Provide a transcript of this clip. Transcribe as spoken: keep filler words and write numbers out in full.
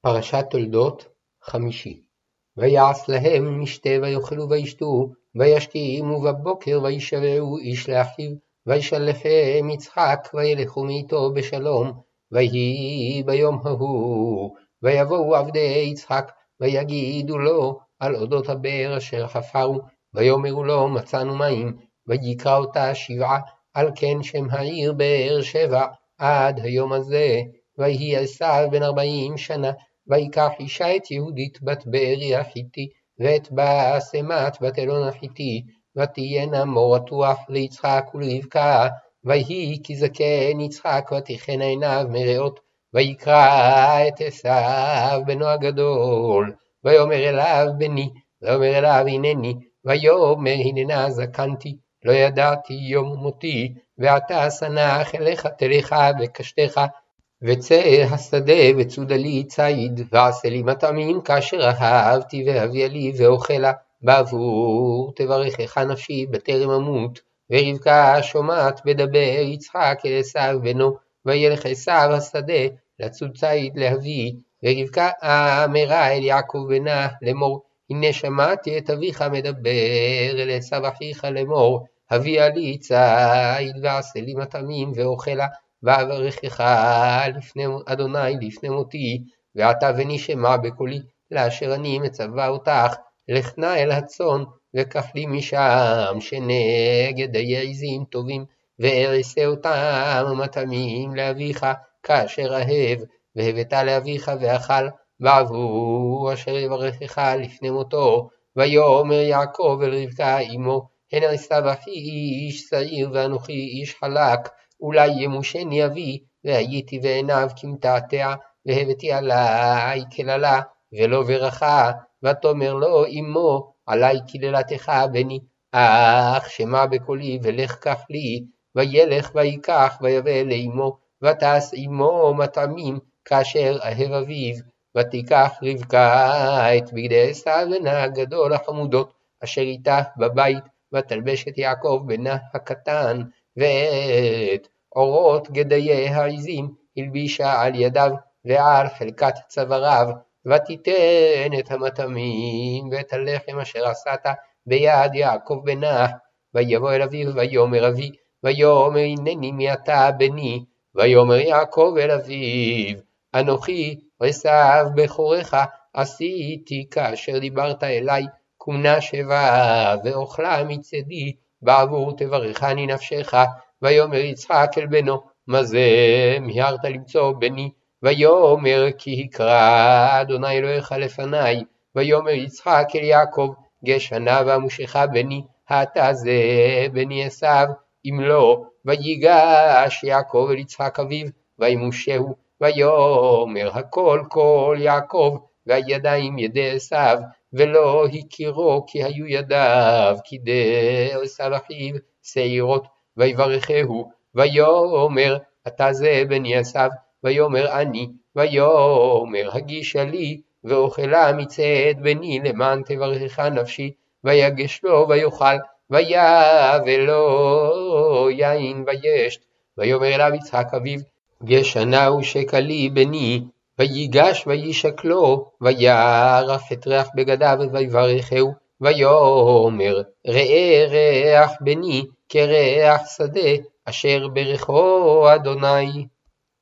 פרשת תולדות חמישי. ויעש להם משתה ויאכלו וישתו וישכימו בבוקר וישבעו איש לאחיו וישלחם יצחק וילכו מאיתו בשלום. ויהי ביום ההוא ויבואו עבדי יצחק ויגידו לו על אודות הבאר אשר חפרו, ויאמרו לו מצאנו מים. ויקרא אותה שבעה, על כן שם העיר באר שבע עד היום הזה. ויהי עשיו בן ארבעים שנה, ויקח אישה את יהודית בת בארי החיתי, ואת באסמת בת אלון החיתי, ותהיינה מורתוח ליצחק ולרבקה. ויהי כי זקן יצחק ותיכן עיניו מרעות, ויקרא את עשיו בנו הגדול, ויאמר אליו בני, ויאמר אליו הנני, ויאמר הננה זקנתי, לא ידעתי יום מותי, ועתה שנח אליך תלך וקשתך, וצא השדה וצודה לי ציד, ועשה לי מטעמים כאשר אהבתי והביאה לי ואוכלה, בעבור תברכך נפשי בטרם אמות. ורבקה שומעת בדבר יצחק אל עשיו בנו, וילך עשיו השדה לצוד ציד להביא. ורבקה אמרה אל יעקב בנה לאמור, הנה שמעתי את אביך מדבר אל עשיו אחיך לאמור, הביאה לי ציד ועשה לי מטעמים ואוכלה, ואברכך לפני אדוני לפני מותי, ועתה ונשמע בקולי לאשר אני מצווה אותך, לך נא אל הצאן וקח לי משם שני גדי עזים טובים, ואעשה אותם מטעמים לאביך כאשר אהב, והבאת לאביך ואכל, בעבור אשר יברכך לפני מותו. ויאמר יעקב אל רבקה אמו, הן עשיו אחי איש שעיר ואנוכי איש חלק, אולי ימושני אבי, והייתי בעיניו כמתעתע, והבאתי עלי כללה ולא ברכה. ותאמר לו אמו, עלי קללתך בני, אך שמע בקולי ולך קח לי. וילך ויקח ויבא לאמו, ותעש עמו מטעמים כאשר אהב אביו. ותיקח רבקה את בגדי עשיו בנה הגדול החמודות אשר איתה בבית, ותלבש את יעקב בנה הקטן, ואת אורות גדיי העזים הלבישה על ידיו ועל חלקת צוואריו. ותיתן את המטעמים ואת הלחם אשר עשת ביד יעקב בנה. ויבוא אל אביו ויאמר אבי, ויאמר הנני מי אתה בני. ויאמר יעקב אל אביו, אנוכי עשיו בכורך, עשיתי כאשר דיברת אלי, כומנה שבה ואוכלה מצדי, בעבור תברכני נפשך. ויאמר יצחק אל בנו, מה זה מיהרת למצוא בני? ויאמר כי הקרא אדוני אלוהיך לפניי. ויאמר יצחק אל יעקב, גשנה ועמושך בני, אתה זה בני עשיו? אם לא, ויגש יעקב אל יצחק אביו וימושהו, ויאמר הכל כל יעקב, והידיים ידי עשיו, ולא הכירו כי היו ידיו כידי עשיו אחיו שעירות. ויברכהו, ויאמר אתה זה בני עשיו? ויאמר אני. ויאמר הגישה לי ואוכלה מצאת בני למען תברכך נפשי. ויגש לו ויאכל, ויבא לו יין וישת. ויאמר אליו יצחק אביו, גשנה ושקלי בני. ויגש וישק לו, וירח את ריח בגדיו ויברכהו. ויאמר ראה ריח בני כריח שדה אשר ברכו אדוני.